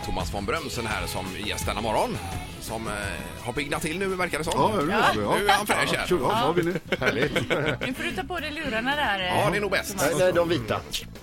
Thomas von Brömsen här som gäst denna morgon. Som har piggnat till nu, verkar det som. Ja, Nu är han fräsch här. Ja, vill ni? Härligt. Nu får du ta på dig lurarna där. Ja, det är nog bäst. Nej, de vita.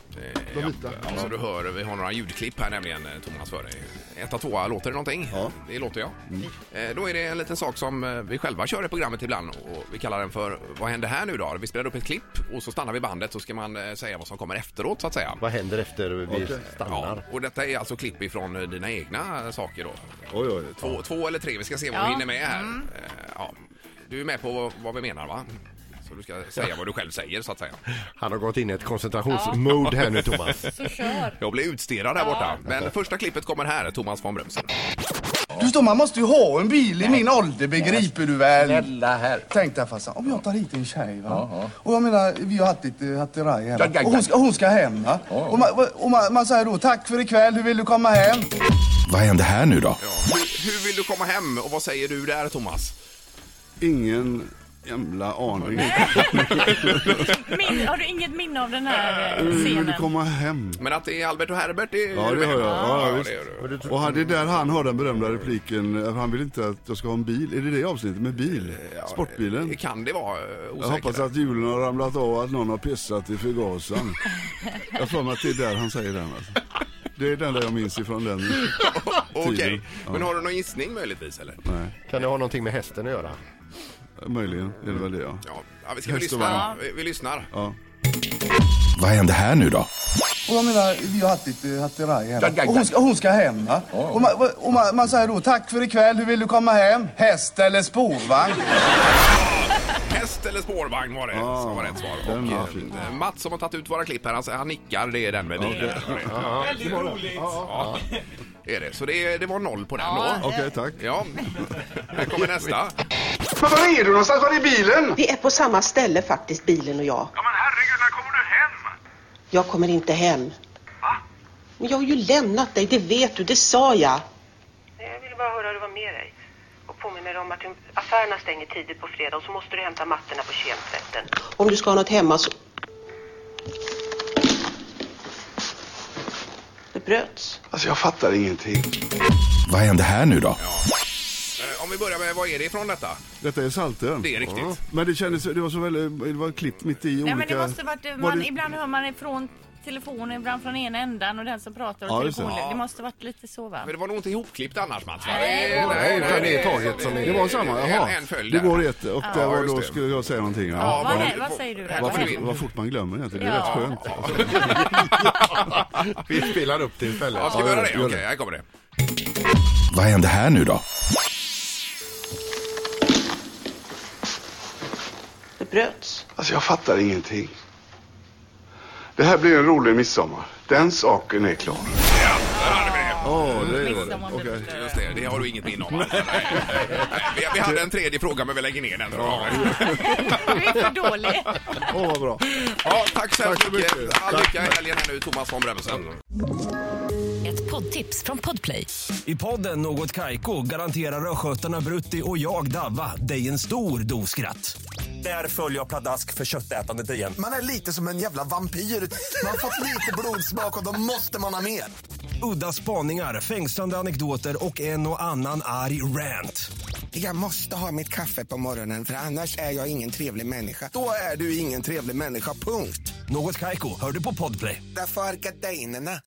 Ja, så du hör, vi har några ljudklipp här nämligen, Thomas, för dig. 1, 2, låter det någonting? Ja. Det låter jag. Då är det en liten sak som vi själva kör i programmet ibland och vi kallar den för Vad händer här nu då? Vi spelar upp ett klipp och så stannar vi bandet så ska man säga vad som kommer efteråt så att säga. Vad händer efter vi stannar? Ja, och detta är alltså klipp ifrån dina egna saker då. Oj. 2 eller 3, vi ska se vad vi hinner med här. Ja. Du är med på vad vi menar, va? Så du ska säga vad du själv säger så att säga. Han har gått in i ett koncentrationsmode här nu, Thomas. Så kör. Jag blir utstirrad där borta. Men första klippet kommer här, Thomas von Brömsen. Du står, man måste ju ha en bil i min ålder, begriper du väl? Snälla här. Tänk dig farsan, om jag tar hit en tjej va? Och jag menar, vi har haft ett hatteraj här va? Ja. Och hon ska hem va? Och man säger då, tack för ikväll, hur vill du komma hem? Vad händer här nu då? Ja. Hur vill du komma hem och vad säger du där, Thomas? Ingen jävla aning. Har du inget minne av den här Hur vill du scenen? komma hem? Men att det är Albert och Herbert, det Ja, det hör jag. Ja, visst. det gör du. Och det är där han har den berömda repliken. Han vill inte att jag ska ha en bil. Är det avsnittet med bil? Sportbilen? Kan det vara Jag osäkert? hoppas att hjulen har ramlat av och att någon har pissat i förgasaren. Jag får mig att det är där han säger den. Alltså. Det är den där jag minns ifrån den tiden. Okej. Ja. Men har du någon gissning möjligtvis, eller? Nej, Kan det ha någonting med hästen att göra? möjligen. Det är väl det, ja. Ja, vi ska väl Häst och lyssna. vagn. Vi lyssnar. Ja. Vad händer här nu då? Och jag menar, vi har haft ett hatteraj här va? Och hon ska hem va? Och man säger då, tack för ikväll, hur vill du komma hem? Häst eller spårvagn? Häst eller spårvagn var det som var rätt svar. Den var Och fin. Mats som har tagit ut våra klipp här, han nickar, det är den med bilen. Väldigt roligt. Ja, det är det. Så det var 0 på den då. Okej, tack. Ja, här kommer nästa. Men var är du någonstans? Var är bilen? Vi är på samma ställe faktiskt, bilen och jag. Ja men herregud, när kommer du hem? Jag kommer inte hem. Va? Men jag har ju lämnat dig, det vet du, det sa jag. Jag ville bara höra hur det var med dig. Och påminner dig om att affärerna stänger tidigt på fredag och så måste du hämta mattorna på kemtvätten. Om du ska ha något hemma så... Det bröts. Alltså jag fattar ingenting. Vad händer här nu då? Om vi börjar med, vad är det ifrån detta? Detta är Saltön. Det är riktigt. Men det var så väldigt, det var klippt mitt i olika... Nej, men det måste varit, Var det- ibland hör man ifrån telefonen, ibland från ena ändan och den som pratar och Ja, just det. telefonen. Det måste varit lite så va? Men det var nog inte ihopklippt annars, Mats, va? Nej, utan det är taget som Det var samma, jaha. En följd Det där. går ett och där var just då det. skulle jag säga någonting. Ja, Ja. vad säger du där? Vad fort man glömmer egentligen, det är Ja. rätt skönt. Vi spelar upp det istället. Ja, ska vi göra det? gör det. Okej, här kommer det. Vad händer här nu då? Det bröts. Alltså jag fattar ingenting. Det här blir en rolig midsommar. Den saken är klar. Ja, där hade vi det. Det är Midsommar, det. Okej. Just det har du inget minne om. Alltså. Nej. Vi hade en tredje fråga, men vi lägger ner den. Du är för dålig. Vad bra. Ja, tack så Tack så mycket. mycket. All lycka i helgen här nu, Thomas von Brömsen. Ett poddtips från Podplay. I podden Något Kaiko garanterar östgötarna Brutti och jag Davva dig en stor dos skratt. Där följer jag pladask för köttätandet igen. Man är lite som en jävla vampyr. Man har fått lite blodsmak och då måste man ha mer. Udda spaningar, fängslande anekdoter och en och annan arg rant. Jag måste ha mitt kaffe på morgonen för annars är jag ingen trevlig människa. Då är du ingen trevlig människa, punkt. Något Kaiko, hör du på Podplay. Därför är gardinerna.